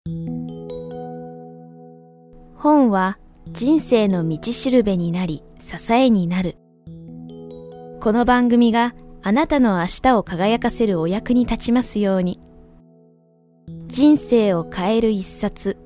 本は人生の道しるべになり支えになる。この番組があなたの明日を輝かせるお役に立ちますように。人生を変える一冊。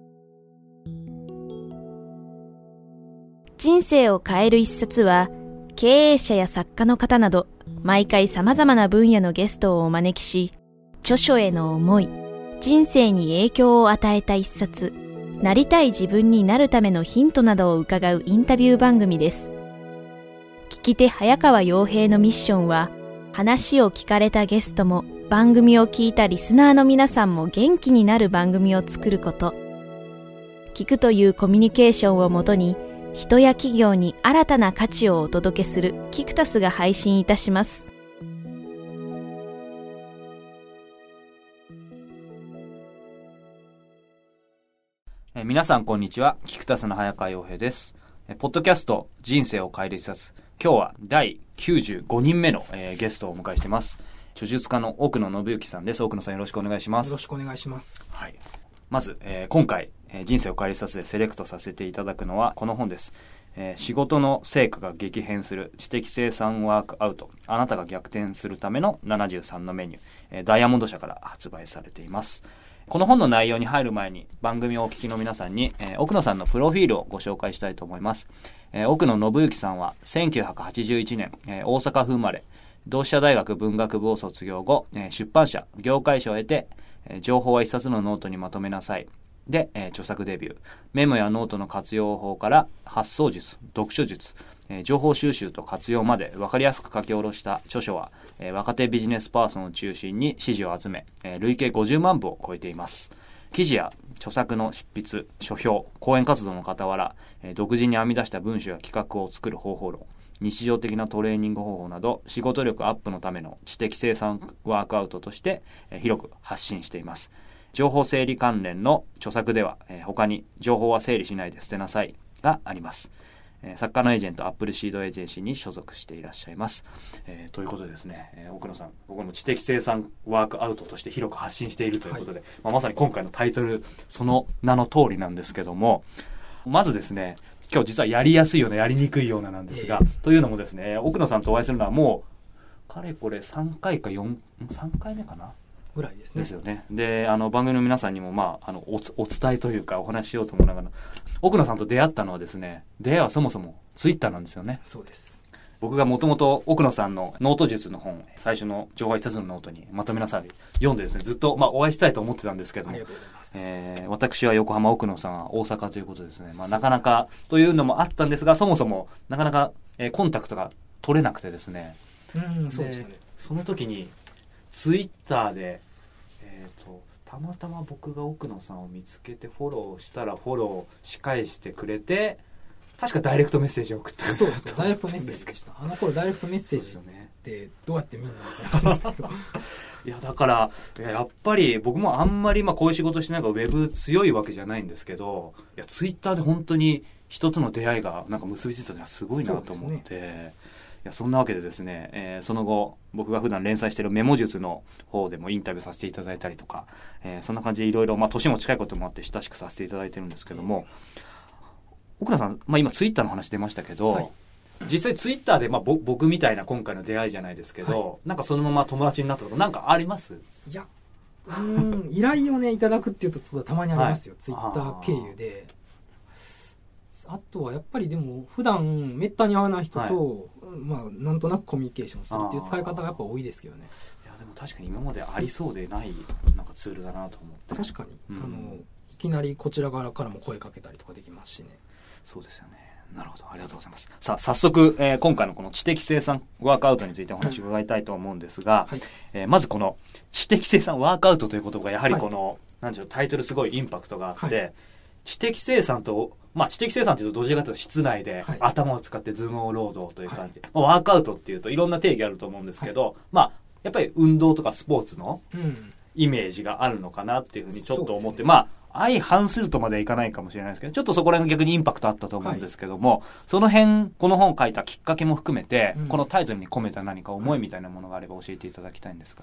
人生を変える一冊は、経営者や作家の方など毎回様々な分野のゲストをお招きし、著書への思い、人生に影響を与えた一冊、なりたい自分になるためのヒントなどを伺うインタビュー番組です。聞き手早川洋平のミッションは、話を聞かれたゲストも番組を聞いたリスナーの皆さんも元気になる番組を作ること。聞くというコミュニケーションをもとに、人や企業に新たな価値をお届けするキクタスが配信いたします。 皆さんこんにちは。キクタスの早川洋平です。ポッドキャスト人生を変える一冊。今日は第95人目の、ゲストをお迎えしています。著述家の奥野信之さんです。奥野さんよろしくお願いします。 よろしくお願いします。 はい。まず、今回、人生を変える一冊でセレクトさせていただくのはこの本です。仕事の成果が激変する知的生産ワークアウト。あなたが逆転するための73のメニュー。ダイヤモンド社から発売されています。この本の内容に入る前に番組をお聞きの皆さんに、奥野さんのプロフィールをご紹介したいと思います。奥野信之さんは1981年、大阪府生まれ、同志社大学文学部を卒業後、出版社、業界誌を経て、情報は一冊のノートにまとめなさい。で、著作デビュー。メモやノートの活用法から発想術、読書術、情報収集と活用まで分かりやすく書き下ろした著書は、若手ビジネスパーソンを中心に支持を集め、累計50万部を超えています。記事や著作の執筆、書評、講演活動の傍ら、独自に編み出した文章や企画を作る方法論、日常的なトレーニング方法など仕事力アップのための知的生産ワークアウトとして、広く発信しています。情報整理関連の著作では、他に情報は整理しないで捨てなさいがあります。作家のエージェントアップルシードエージェンシーに所属していらっしゃいます。ということでですね、奥野さん、ここの知的生産ワークアウトとして広く発信しているということで、まさに今回のタイトルその名の通りなんですけども、まずですね、今日実はやりやすいようなやりにくいようななんですが、というのもですね、奥野さんとお会いするのはもうかれこれ3回目かなぐらいですね。 ですよね。で、番組の皆さんにもお伝えというかお話ししようと思いながら、奥野さんと出会ったのはですね、出会いはそもそもツイッターなんですよね。 そうです。 僕がもともと奥野さんのノート術の本、最初の情報一冊のノートにまとめなさい読んでですね、ずっとお会いしたいと思ってたんですけども、 ありがとうございます。 私は横浜、奥野さんは大阪ということですね。なかなかというのもあったんですが、そもそもなかなか、コンタクトが取れなくてですね。 そうですね。 その時にツイッターでたまたま僕が奥野さんを見つけてフォローしたらフォローし返してくれて、確かダイレクトメッセージを送った。 そうですよ。ダイレクトメッセージでした。あの頃ダイレクトメッセージってどうやって見るのみたいな感じでしたけどいやだからやっぱり僕もあんまりこういう仕事しながらウェブ強いわけじゃないんですけど、いやツイッターで本当に一つの出会いがなんか結びついたのはすごいなと思って、いやそんなわけでですね、その後僕が普段連載しているメモ術の方でもインタビューさせていただいたりとか、そんな感じでいろいろ年も近いこともあって親しくさせていただいてるんですけども、奥野さん、今ツイッターの話出ましたけど、実際ツイッターで、僕みたいな今回の出会いじゃないですけど、なんかそのまま友達になったとかなんかあります？ いや、依頼をねいただくっていうとたまにありますよ、ツイッター経由で。あとはやっぱりでも普段めったに会わない人と、なんとなくコミュニケーションするっていう使い方がやっぱ多いですけどね。 いやでも確かに今までありそうでないなんかツールだなと思って。 確かに、いきなりこちら側からも声かけたりとかできますしね。 そうですよね。なるほど、ありがとうございます。さあ早速、今回のこの知的生産ワークアウトについてお話を伺いたいと思うんですが、まずこの知的生産ワークアウトということがやはりこの、なんでしょう、タイトルすごいインパクトがあって、知的生産と知的生産というとどちらかというと室内で頭を使って頭脳労働という感じで、ワークアウトっていうといろんな定義あると思うんですけど、やっぱり運動とかスポーツのイメージがあるのかなっていうふうにちょっと思って、相反するとまではいかないかもしれないですけど、ちょっとそこら辺が逆にインパクトあったと思うんですけども、その辺この本を書いたきっかけも含めて、このタイトルに込めた何か思いみたいなものがあれば教えていただきたいんですが。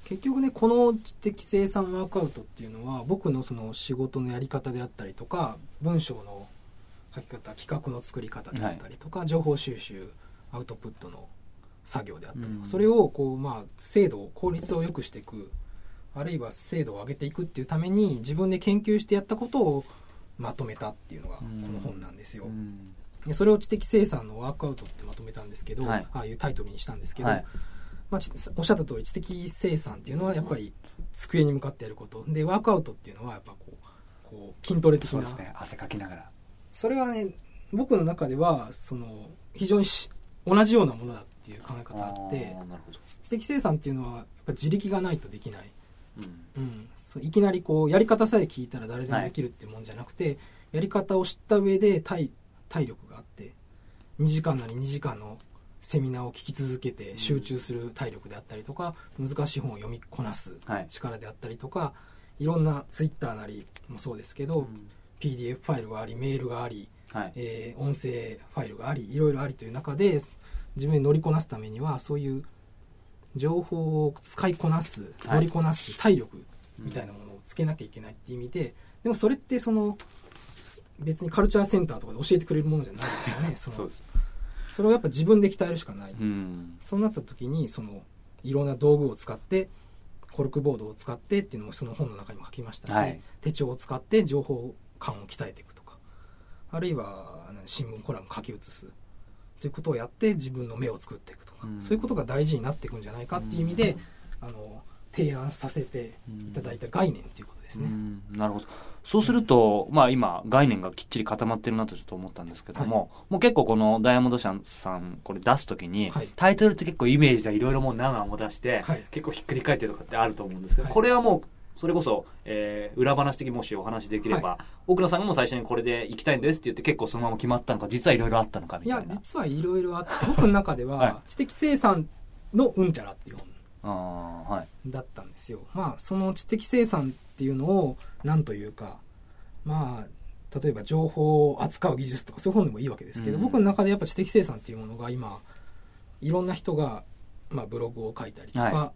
結局ねこの知的生産ワークアウトっていうのは僕のその仕事のやり方であったりとか文章の書き方企画の作り方であったりとか、はい、情報収集アウトプットの作業であったりとか、それをこうまあ精度効率を良くしていくあるいは精度を上げていくっていうために自分で研究してやったことをまとめたっていうのがこの本なんですよ。でそれを知的生産のワークアウトってまとめたんですけど、はい、ああいうタイトルにしたんですけど、はいまあ、おっしゃった通り知的生産っていうのはやっぱり机に向かってやることでワークアウトっていうのはやっぱこう筋トレ的な、 そうですね、汗かきながらそれはね僕の中ではその非常に同じようなものだっていう考え方があって知的生産っていうのはやっぱ自力がないとできない、そういきなりこうやり方さえ聞いたら誰でもできるっていうもんじゃなくて、はい、やり方を知った上で体力があって2時間なり2時間のセミナーを聞き続けて集中する体力であったりとか、難しい本を読みこなす力であったりとか、はい、いろんなツイッターなりもそうですけど、PDF ファイルがありメールがあり、はい音声ファイルがありいろいろありという中で自分で乗りこなすためにはそういう情報を使いこなす乗りこなす体力みたいなものをつけなきゃいけないっていう意味で、でもそれってその別にカルチャーセンターとかで教えてくれるものじゃないですよね。それをやっぱ自分で鍛えるしかない、そうなった時にそのいろんな道具を使ってコルクボードを使ってっていうのもその本の中にも書きましたし、はい、手帳を使って情報感を鍛えていくとかあるいは新聞コラム書き写すということをやって自分の目を作っていくとか、そういうことが大事になっていくんじゃないかっていう意味で提案させていただいた概念ということですね。 なるほど。そうすると、まあ今概念がきっちり固まってるなとちょっと思ったんですけども、はい、もう結構このダイヤモンド社さんこれ出すときに、はい、タイトルって結構イメージでいろいろもう何も出して、はい、結構ひっくり返ってるとかってあると思うんですけど、はい、これはもうそれこそ、裏話的にもしお話できれば、はい、奥野さんがもう最初にこれで行きたいんですって言って結構そのまま決まったのか、実はいろいろあったのかみたいな。 いや実はいろいろあって僕の中では、はい、知的生産のうんちゃらっていう本だったんですよ。まあその知的生産っていうのを何というか、まあ例えば情報を扱う技術とかそういう本でもいいわけですけど、僕の中でやっぱ知的生産っていうものが今いろんな人が、まあ、ブログを書いたりとか、はい、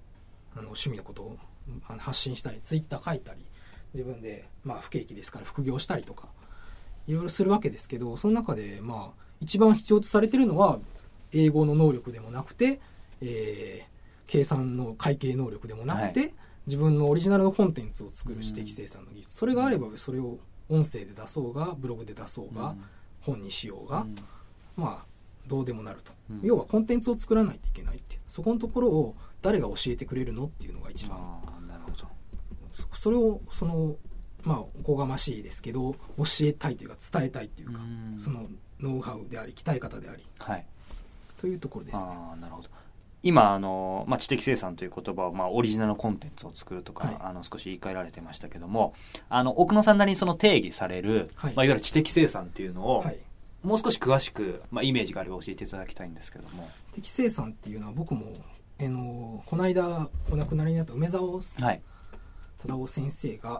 趣味のことを発信したりツイッター書いたり自分で、まあ、不景気ですから副業したりとかいろいろするわけですけど、その中で、まあ、一番必要とされているのは英語の能力でもなくて、計算の会計能力でもなくて、はい、自分のオリジナルのコンテンツを作る知的生産の技術、それがあればそれを音声で出そうがブログで出そうが、本にしようが、まあどうでもなると、要はコンテンツを作らないといけないっていう、そこのところを誰が教えてくれるのっていうのが一番。 なるほど。 それをまあおこがましいですけど教えたいというか伝えたいというか、そのノウハウであり鍛え方であり、はい、というところですね。 なるほど。今まあ、知的生産という言葉を、まあ、オリジナルのコンテンツを作るとか、はい、少し言い換えられてましたけども、奥野さんなりにその定義される、はいまあ、いわゆる知的生産っていうのを、はい、もう少し詳しく、まあ、イメージがあれば教えていただきたいんですけども。 知的生産っていうのは僕もこの間お亡くなりになった梅沢忠夫先生が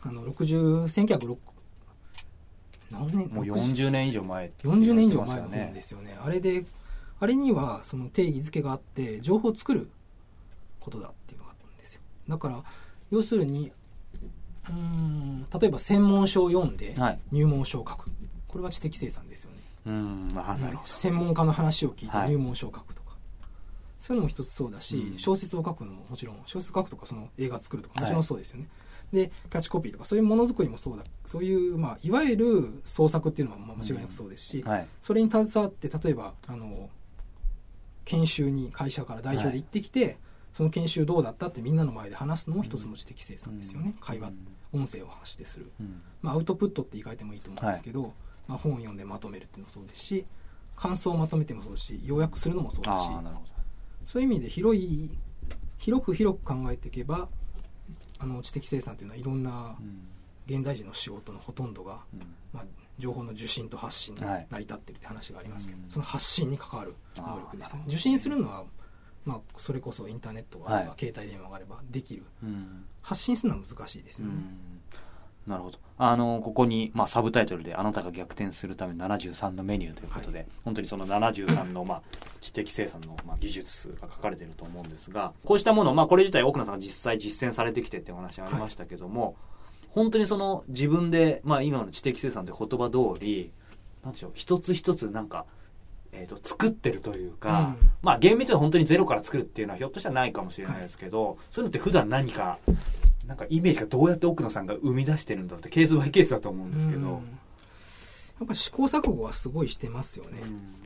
1906何年もう40年以上前って 40年以上前の本ですよね。あれにはその定義づけがあって情報を作ることだっていうのがあったんですよ。だから要するに例えば専門書を読んで入門書を書く、これは知的生産ですよね。 なるほど。 専門家の話を聞いて入門書を書くとか、はい、そういうのも一つそうだし、小説を書くのももちろん小説書くとかその映画作るとかもちろんそうですよね、はい、でキャッチコピーとかそういうものづくりもそうだ、そういう、まあ、いわゆる創作っていうのはまあ間違いなくそうですし、はい、それに携わって例えば研修に会社から代表で行ってきて、はい、その研修どうだったってみんなの前で話すのも一つの知的生産ですよね、会話、音声を発してする、まあ、アウトプットって言い換えてもいいと思うんですけど、はいまあ、本を読んでまとめるっていうのもそうですし、感想をまとめてもそうですし、要約するのもそうだし、そういう意味で広く考えていけば知的生産っていうのはいろんな現代人の仕事のほとんどが、まあ、情報の受信と発信で成り立ってるって話がありますけど、その発信に関わる能力ですね。受信するのは、まあ、それこそインターネットがあれば、携帯電話があればできる、発信するのは難しいですよね。 なるほど。ここに、サブタイトルであなたが逆転するための73のメニューということで、本当にその73の、知的生産の、技術が書かれていると思うんですが、こうしたもの、これ自体奥野さんが実際実践されてきてっていうお話がありましたけども、本当にその自分で、今の知的生産という言葉通り、なんでしょう、一つ一つなんか、作ってるというか、厳密には本当にゼロから作るっていうのはひょっとしたらないかもしれないですけど、そういうのって普段なんかイメージがどうやって奥野さんが生み出してるんだろうってケースバイケースだと思うんですけど、 やっぱ試行錯誤はすごいしてますよね。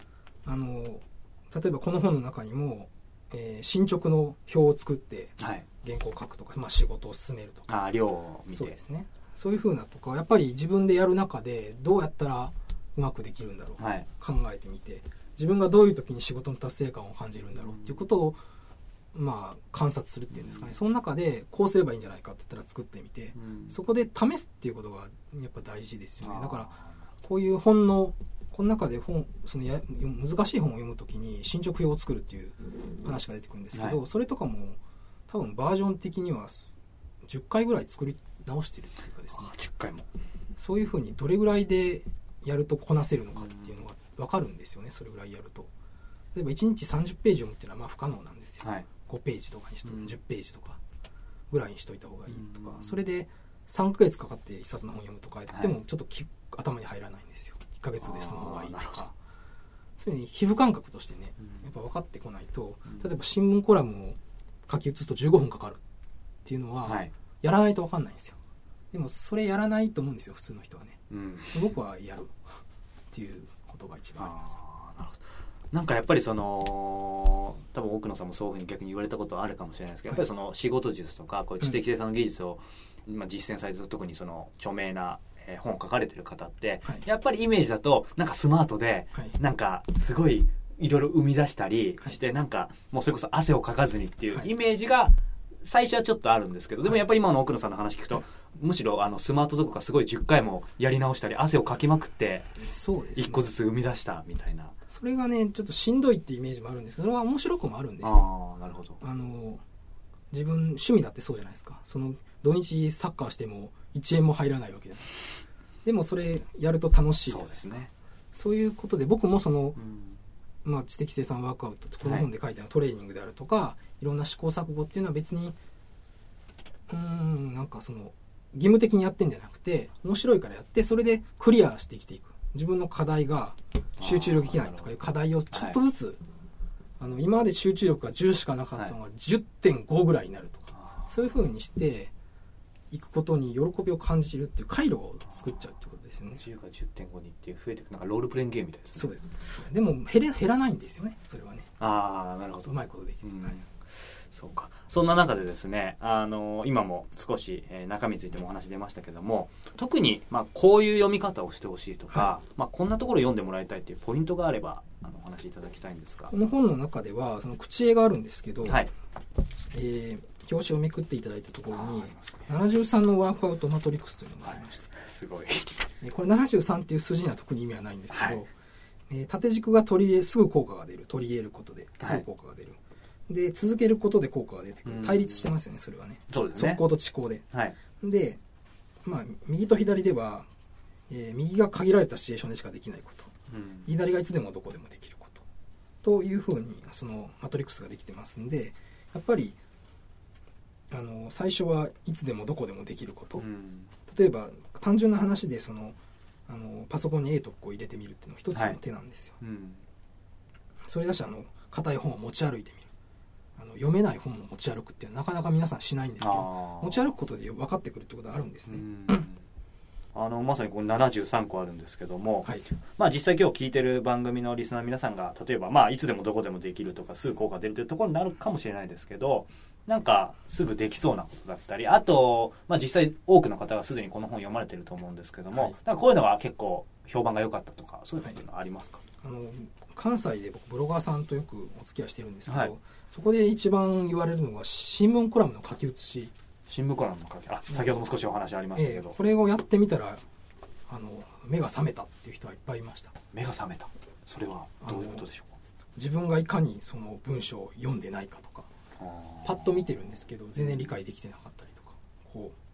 例えばこの本の中にも、進捗の表を作って原稿を書くとか、仕事を進めるとか、 量を見て、 そうですね、そういう風なとかやっぱり自分でやる中でどうやったらうまくできるんだろう、考えてみて、自分がどういう時に仕事の達成感を感じるんだろうっていうことを観察するっていうんですかね、その中でこうすればいいんじゃないかって言ったら作ってみて、そこで試すっていうことがやっぱ大事ですよね。だからこういう本のこの中で難しい本を読むときに進捗表を作るっていう話が出てくるんですけど、それとかも多分バージョン的には10回ぐらい作り直してるっていうかですね、 10回もそういうふうにどれぐらいでやるとこなせるのかっていうのが分かるんですよね。それぐらいやると、例えば1日30ページ読むっていうのは不可能なんですよ、5ページとかにして10ページとかぐらいにしといた方がいいとか、それで3ヶ月かかって1冊の本を読むとかやってもちょっと頭に入らないんですよ。1ヶ月で済む方がいいとか、そういうふうに皮膚感覚としてね、やっぱ分かってこないと、例えば新聞コラムを書き写すと15分かかるっていうのはやらないと分かんないんですよ。でもそれやらないと思うんですよ、普通の人はね、僕はやるっていうことが一番あります。 なるほど。なんかやっぱり多分奥野さんもそういうふうに逆に言われたことはあるかもしれないですけど、やっぱりその仕事術とかこういう知的生産の技術を実践されてる、特にその著名な本を書かれてる方って、やっぱりイメージだとなんかスマートで、なんかすごいいろいろ生み出したりして、なんかもうそれこそ汗をかかずにっていうイメージが最初はちょっとあるんですけど、でもやっぱり今の奥野さんの話聞くと、むしろスマートどこかすごい10回もやり直したり汗をかきまくって1個ずつ生み出したみたいな、 それがねちょっとしんどいっていうイメージもあるんですけど、それは面白くもあるんですよ。 なるほど。 自分趣味だってそうじゃないですか。その土日サッカーしても1円も入らないわけじゃないですか。でもそれやると楽しいじゃないですか。そうですね。そういうことで僕もその、知的生産ワークアウトってこの本で書いてあるトレーニングであるとか、いろんな試行錯誤っていうのは別になんかその義務的にやってんじゃなくて、面白いからやって、それでクリアして生きていく。自分の課題が集中力できないとかいう課題をちょっとずつ、今まで集中力が10しかなかったのが 10.5 ぐらいになるとか、そういう風にしていくことに喜びを感じるっていう回路を作っちゃうってことですよね。 10が 10.5 にっていう増えていく、なんかロールプレインゲームみたいですね。 そうです。でも減らないんですよね、それはね。 なるほど。 うまいことできてる。 そうか。そんな中でですね、今も少し、中身についてもお話出ましたけども、特に、こういう読み方をしてほしいとか、こんなところ読んでもらいたいっていうポイントがあればお話しいただきたいんですが。 この本の中ではその口絵があるんですけど、表紙をめくっていただいたところに、73のワークアウトマトリックスというのがありまして、 すごい。 これ73っていう数字には特に意味はないんですけど、縦軸がすぐ効果が出る、取り入れることですぐ効果が出る、で続けることで効果が出てくる、対立してますよね、それはね。 そうですね。 速攻と遅行で、で、右と左では、右が限られたシチュエーションでしかできないこと、左がいつでもどこでもできることというふうにそのマトリックスができてますんで、やっぱり最初はいつでもどこでもできること、例えば単純な話でパソコンに A とこを入れてみるっていうのは一つの手なんですよ。それだし硬い本を持ち歩いてみる、読めない本を持ち歩くっていうのはなかなか皆さんしないんですけど、持ち歩くことで分かってくるってことがあるんですね。 まさにこの73個あるんですけども、実際今日聞いてる番組のリスナーの皆さんが例えばいつでもどこでもできるとかすぐ効果が出るというところになるかもしれないですけど、なんかすぐできそうなことだったり、あと、実際多くの方がすでにこの本読まれてると思うんですけども、なんかこういうのが結構評判が良かったとか、そういうのっていうのはありますか？ 関西で僕ブロガーさんとよくお付き合いしてるんですけど、そこで一番言われるのが新聞コラムの書き写し。 新聞コラムの書き、先ほども少しお話ありましたけど、 これをやってみたら目が覚めたっていう人はいっぱいいました。 目が覚めた、それはどういうことでしょうか？ 自分がいかにその文章を読んでないかとか、パッと見てるんですけど全然理解できてなかったりとか、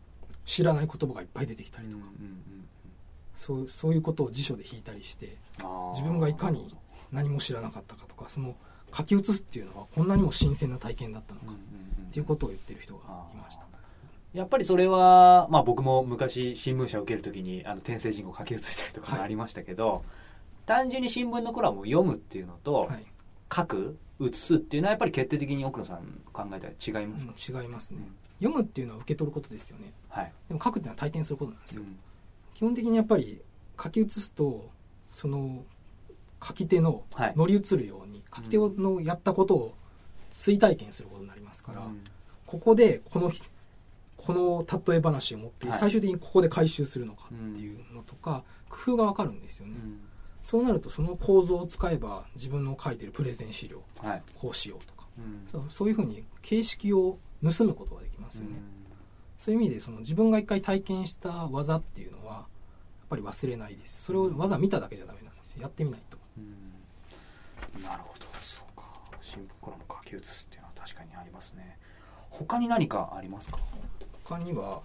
知らない言葉がいっぱい出てきたりとか、そういうことを辞書で引いたりして、自分がいかに何も知らなかったかとか、その書き写すっていうのはこんなにも新鮮な体験だったのかっていうことを言ってる人がいました。 やっぱりそれは、僕も昔新聞社を受けるときに天聖人語を書き写したりとかもありましたけど、単純に新聞のコラムを読むっていうのと、書く写すっていうのはやっぱり決定的に奥野さん考えたら違いますか？ 違いますね。読むっていうのは受け取ることですよね。でも書くっていうのは体験することなんですよ。基本的にやっぱり書き写すと、その書き手の乗り移るように、書き手のやったことを追体験することになりますから、ここでこの例え話を持って最終的にここで回収するのかっていうのとか、工夫が分かるんですよね。そうなるとその構造を使えば自分の書いてるプレゼン資料、こうしようとか、そういうふうに形式を盗むことができますよね。そういう意味でその自分が一回体験した技っていうのはやっぱり忘れないです。それを技見ただけじゃダメなんですよ。やってみないと。 なるほど、そうか。新聞コラム書き写すっていうのは確かにありますね。他に何かありますか？ 他には、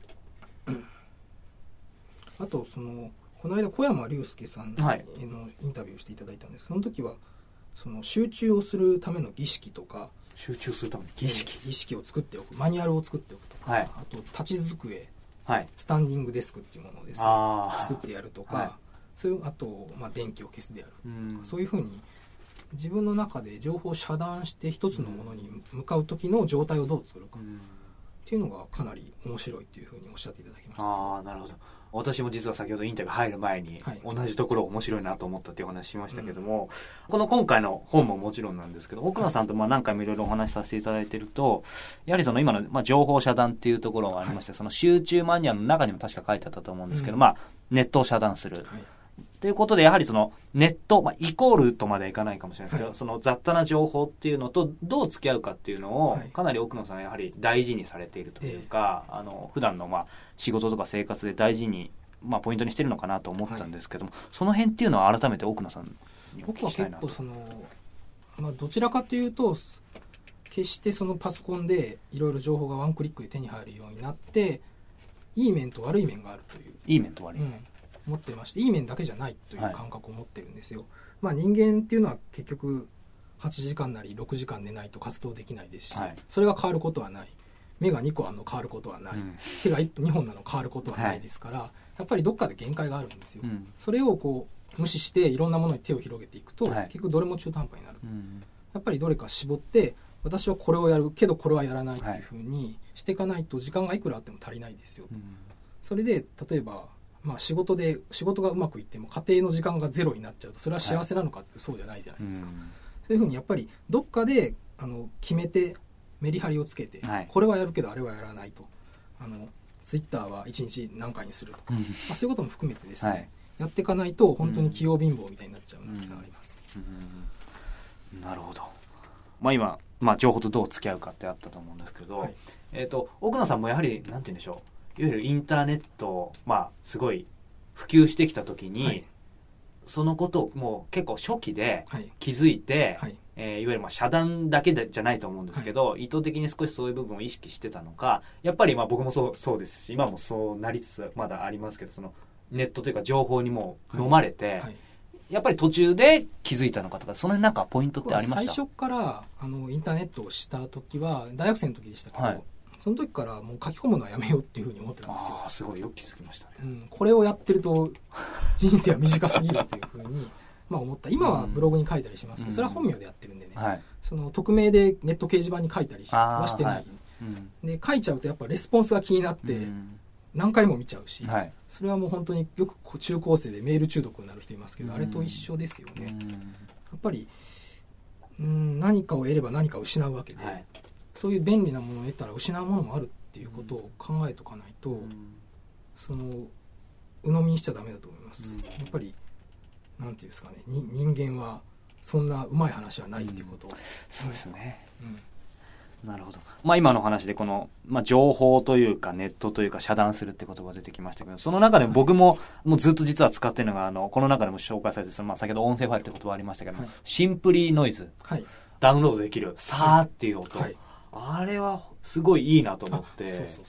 あとこの間小山隆介さんへのインタビューをしていただいたんです。その時はその集中をするための儀式とか、 集中するための儀式を作っておく、マニュアルを作っておくとか、あと立ち机、スタンディングデスクっていうものをですね、作ってやるとか、あと、電気を消すであるとか、そういうふうに自分の中で情報を遮断して一つのものに向かう時の状態をどう作るかっていうのがかなり面白いというふうにおっしゃっていただきました。 なるほど。私も実は先ほどインタビュー入る前に同じところ面白いなと思ったっていうお話しましたけども、今回の本ももちろんなんですけど、奥野さんと何回もいろいろお話しさせていただいていると、やはり今の情報遮断っていうところがありまして、その集中マニュアルの中にも確か書いてあったと思うんですけど、ネットを遮断する。ということで、やはりネット、イコールとまではいかないかもしれないですけど、その雑多な情報っていうのとどう付き合うかっていうのを、かなり奥野さんはやはり大事にされているというか、普段の仕事とか生活で大事に、ポイントにしてるのかなと思ったんですけども、その辺っていうのは改めて奥野さんにお聞きしたいなと。 僕は結構どちらかというと、決してパソコンでいろいろ情報がワンクリックで手に入るようになって、いい面と悪い面があるという。 いい面と悪い面。 持ってまして、いい面だけじゃないという感覚を持ってるんですよ。人間っていうのは結局8時間なり6時間寝ないと活動できないですし、それが変わることはない。目が2個あるの変わることはない、手が2本なの変わることはないですから、やっぱりどっかで限界があるんですよ。それを無視していろんなものに手を広げていくと、結局どれも中途半端になる。やっぱりどれか絞って、私はこれをやるけどこれはやらないっていうふうにしていかないと時間がいくらあっても足りないですよ。それで例えば仕事がうまくいっても家庭の時間がゼロになっちゃうと、それは幸せなのかってそうじゃないじゃないですか。そういうふうにやっぱりどっかで決めてメリハリをつけて、これはやるけどあれはやらないと、ツイッターは1日何回にするとか、そういうことも含めてですね、やっていかないと本当に器用貧乏みたいになっちゃう気があります。 なるほど。今、情報とどう付き合うかってあったと思うんですけど、奥野さんもやはりなんて言うんでしょう、いわゆるインターネットすごい普及してきた時に、そのことをもう結構初期で気づいて、いわゆる遮断だけじゃないと思うんですけど、意図的に少しそういう部分を意識してたのか、やっぱり僕もそうですし、今もそうなりつつまだありますけど、そのネットというか情報にも飲まれて、やっぱり途中で気づいたのかとか、その辺なんかポイントってありました？ 最初からインターネットをした時は大学生の時でしたけど、その時からもう書き込むのはやめようっていうふうに思ってたんですよ。 すごいよく気づきましたね。 これをやってると人生は短すぎるというふうに思った。今はブログに書いたりしますけど、それは本名でやってるんでね、その匿名でネット掲示板に書いたりはしてない。で書いちゃうとやっぱレスポンスが気になって何回も見ちゃうし、それはもう本当によく中高生でメール中毒になる人いますけど、あれと一緒ですよね。やっぱり何かを得れば何かを失うわけで、そういう便利なものを得たら失うものもあるっていうことを考えとかないと、鵜呑みにしちゃダメだと思います。やっぱりなんていうんですかね、人間はそんなうまい話はないっていうことを、 そうですね。なるほど。今の話でこの、情報というかネットというか遮断するって言葉が出てきましたけど、その中で僕ももうずっと実は使っているのがこの中でも紹介されて、先ほど音声ファイルって言葉ありましたけど、シンプリーノイズ、ダウンロードできるさーっていう音、あれはすごいいいなと思って、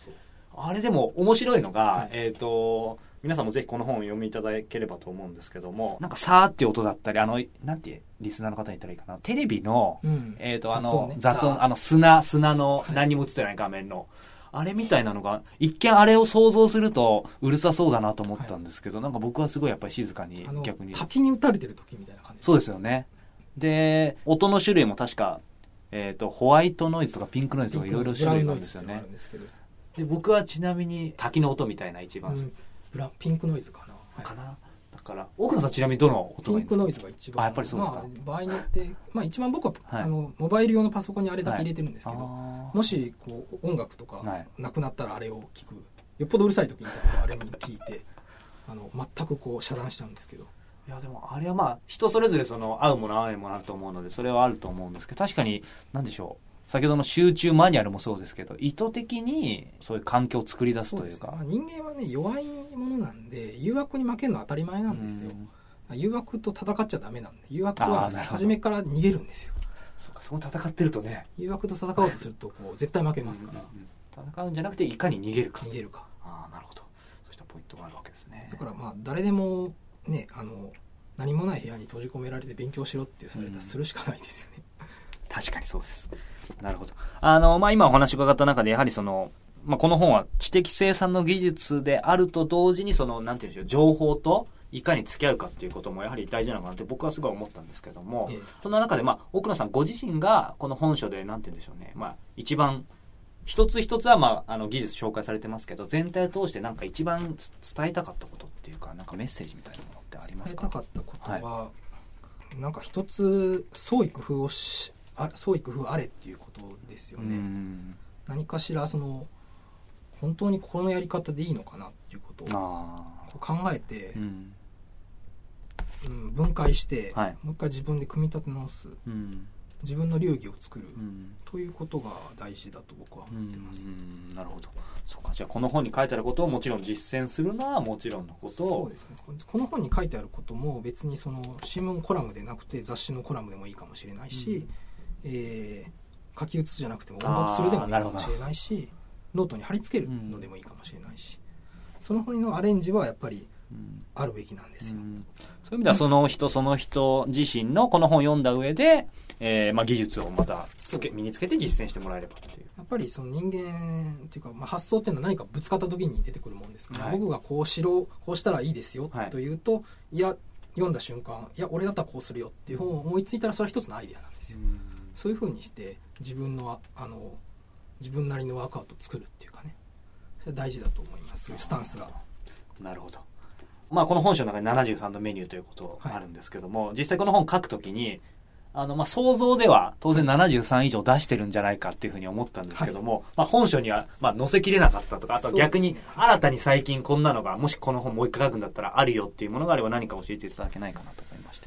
あれでも面白いのが、 はい、 皆さんもぜひこの本を読みいただければと思うんですけども、なんかさーって音だったり、なんてリスナーの方に言ったらいいかな、テレビの、雑音、砂の何にも映ってない画面の、あれみたいなのが、一見あれを想像するとうるさそうだなと思ったんですけど、はい、なんか僕はすごいやっぱり静かに逆に。 滝に打たれてる時みたいな感じ。 そうですよね。で、音の種類も確か、ホワイトノイズとかピンクノイズとかいろいろ種類なんですよね。で、僕はちなみに滝の音みたいな一番、 ピンクノイズかな。 はい、かな。だから奥野さんちなみにどの音がいいんですか？ ピンクノイズが一番。 やっぱりそうですか。 場合によって、一番僕は、はい、モバイル用のパソコンにあれだけ入れてるんですけど、もしこう音楽とかなくなったらあれを聞く。よっぽどうるさい時にあれに聞いて、全くこう遮断しちゃうんですけど。 いやでもあれは人それぞれ合うもの合わないものあると思うので、それはあると思うんですけど、確かに何でしょう、先ほどの集中マニュアルもそうですけど、意図的にそういう環境を作り出すというか。 人間はね、弱いものなんで誘惑に負けるのは当たり前なんですよ。誘惑と戦っちゃダメなんで、誘惑は初めから逃げるんですよ。 そうか、そこ戦ってるとね、 誘惑と戦おうとすると絶対負けますから、 戦うんじゃなくていかに逃げるか。 逃げるか。 なるほど。そうしたポイントがあるわけですね。 だから誰でもね、何もない部屋に閉じ込められて勉強しろってされたらするしかないですよね。 確かにそうです。なるほど。今お話伺った中で、やはりこの本は知的生産の技術であると同時に、なんていうんでしょう、情報といかに付き合うかっていうこともやはり大事なのかなって僕はすごい思ったんですけども、そんな中で、奥野さんご自身がこの本書で、なんていうんでしょうね、一番、一つ一つは技術紹介されてますけど、全体を通してなんか一番伝えたかったことっていうか、なんかメッセージみたいなものってありますか？ 伝えたかったことは、なんか一つ創意工夫あれっていうことですよね。何かしら本当にこのやり方でいいのかなっていうことを考えて、分解して、もう一回自分で組み立て直す、自分の流儀を作る、ということが大事だと僕は思ってます。 なるほど。そうか。じゃあこの本に書いてあることをもちろん実践するのはもちろんのこと。 そうですね。この本に書いてあることも別に新聞コラムでなくて雑誌のコラムでもいいかもしれないし、書き写すじゃなくても音読するでもいいかもしれないし、ノートに貼り付けるのでもいいかもしれないし、その本のアレンジはやっぱりあるべきなんですよ。 そういう意味ではその人自身のこの本を読んだ上で、技術をまた身につけて実践してもらえればっていう。やっぱり人間っていうか、発想っていうのは何かぶつかった時に出てくるもんですから、僕がこうしたらいいですよというと、いや読んだ瞬間、いや俺だったらこうするよっていう本を思いついたら、それは一つのアイデアなんですよ。そういう風にして自分なりのワークアウトを作るっていうかね、それは大事だと思います。そういうスタンスが。 なるほど。この本書の中に73のメニューということがあるんですけども、実際この本書くときに想像では当然73以上出してるんじゃないかっていうふうに思ったんですけども、本書には載せきれなかったとか、あとは逆に新たに最近こんなのが、もしこの本もう一回書くんだったらあるよっていうものがあれば何か教えていただけないかなと思いまして。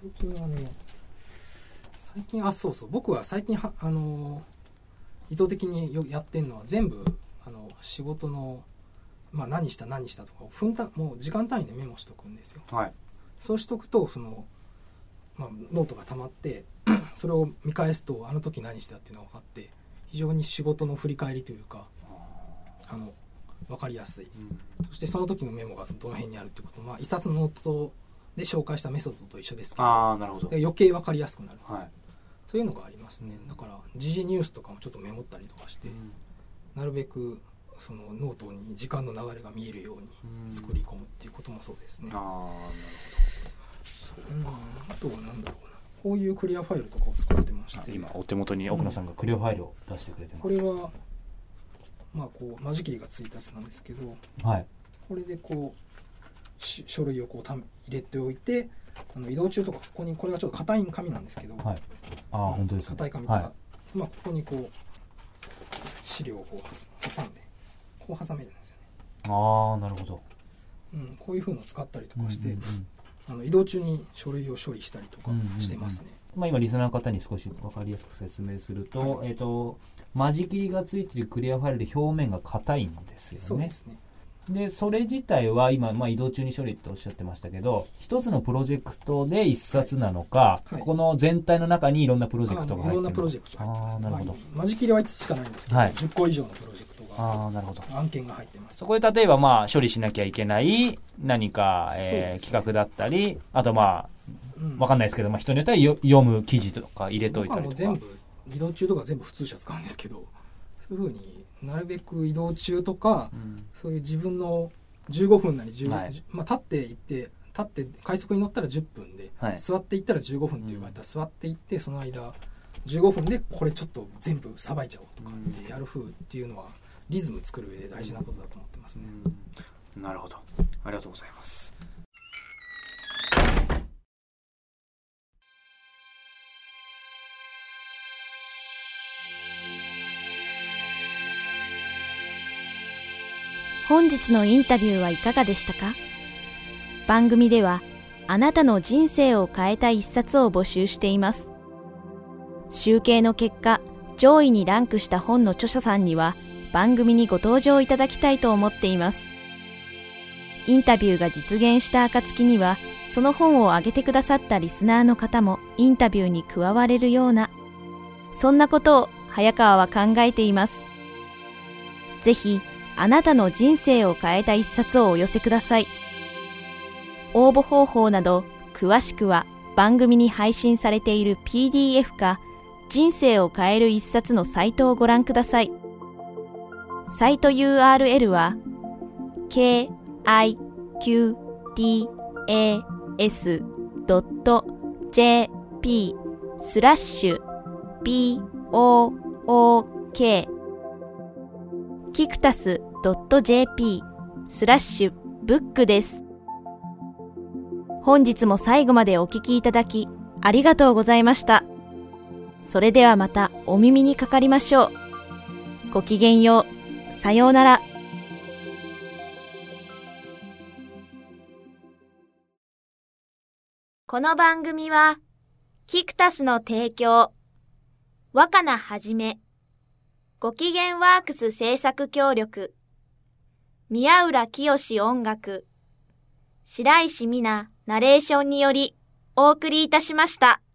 僕は最近意図的にやってるのは全部仕事の何したとかもう時間単位でメモしとくんですよ。そうしとくとノートが溜まってそれを見返すとあの時何したっていうのが分かって、非常に仕事の振り返りというか分かりやすい、そしてその時のメモがどの辺にあるってことも、一冊のノートで紹介したメソッドと一緒ですけど、 なるほど。 余計分かりやすくなる、というのがありますね。だから時事ニュースとかもちょっとメモったりとかして、なるべくノートに時間の流れが見えるように作り込むっていうこともそうですね。 なるほど。あとは何だろうな、こういうクリアファイルとかを使ってまして、 今お手元に奥野さんがクリアファイルを出してくれてます。 これは間仕切りがついたやつなんですけど、これで書類を入れておいて、移動中とかこれがちょっと硬い紙なんですけど、 本当ですね。 硬い紙とか、ここに資料を挟んで挟めるんですよね。 なるほど。 こういう風のを使ったりとかして、移動中に書類を処理したりとかしてますね。 今リスナーの方に少し分かりやすく説明すると、間仕切りがついているクリアファイルで表面が硬いんですよね。 そうですね。 でそれ自体は今、移動中に処理っておっしゃってましたけど、一つのプロジェクトで一冊なのか、この全体の中にいろんなプロジェクトが入ってる。 いろんなプロジェクトが入ってます。間仕切りは5つしかないんですけど、10個以上のプロジェクトがなるほど。 案件が入ってます。 そこで例えば処理しなきゃいけない何か、企画だったり、あとわかんないですけど、人によっては読む記事とか入れといたりとか。 全部移動中とか全部普通車使うんですけど、そういう風になるべく移動中とか、そういう自分の15分なり立っていって快速に乗ったら10分で、座っていったら15分っていう場合は、座っていってその間15分でこれちょっと全部さばいちゃおうとかってやる風っていうのはリズム作る上で大事なことだと思ってますね。 なるほど、ありがとうございます。 本日のインタビューはいかがでしたか？番組ではあなたの人生を変えた一冊を募集しています。集計の結果、上位にランクした本の著者さんには番組にご登場いただきたいと思っています。インタビューが実現した暁には、その本を挙げてくださったリスナーの方もインタビューに加われるような、そんなことを早川は考えています。ぜひ、あなたの人生を変えた一冊をお寄せください。応募方法など詳しくは番組に配信されている PDF か人生を変える一冊のサイトをご覧ください。サイト URL は kicktas.jp/book kicktas.jp/book です。本日も最後までお聞きいただきありがとうございました。それではまたお耳にかかりましょう。ごきげんよう。さようなら。この番組はキクタスの提供、若菜はじめ、ごきげんワークス制作協力、宮浦清音楽、白石美奈ナレーションによりお送りいたしました。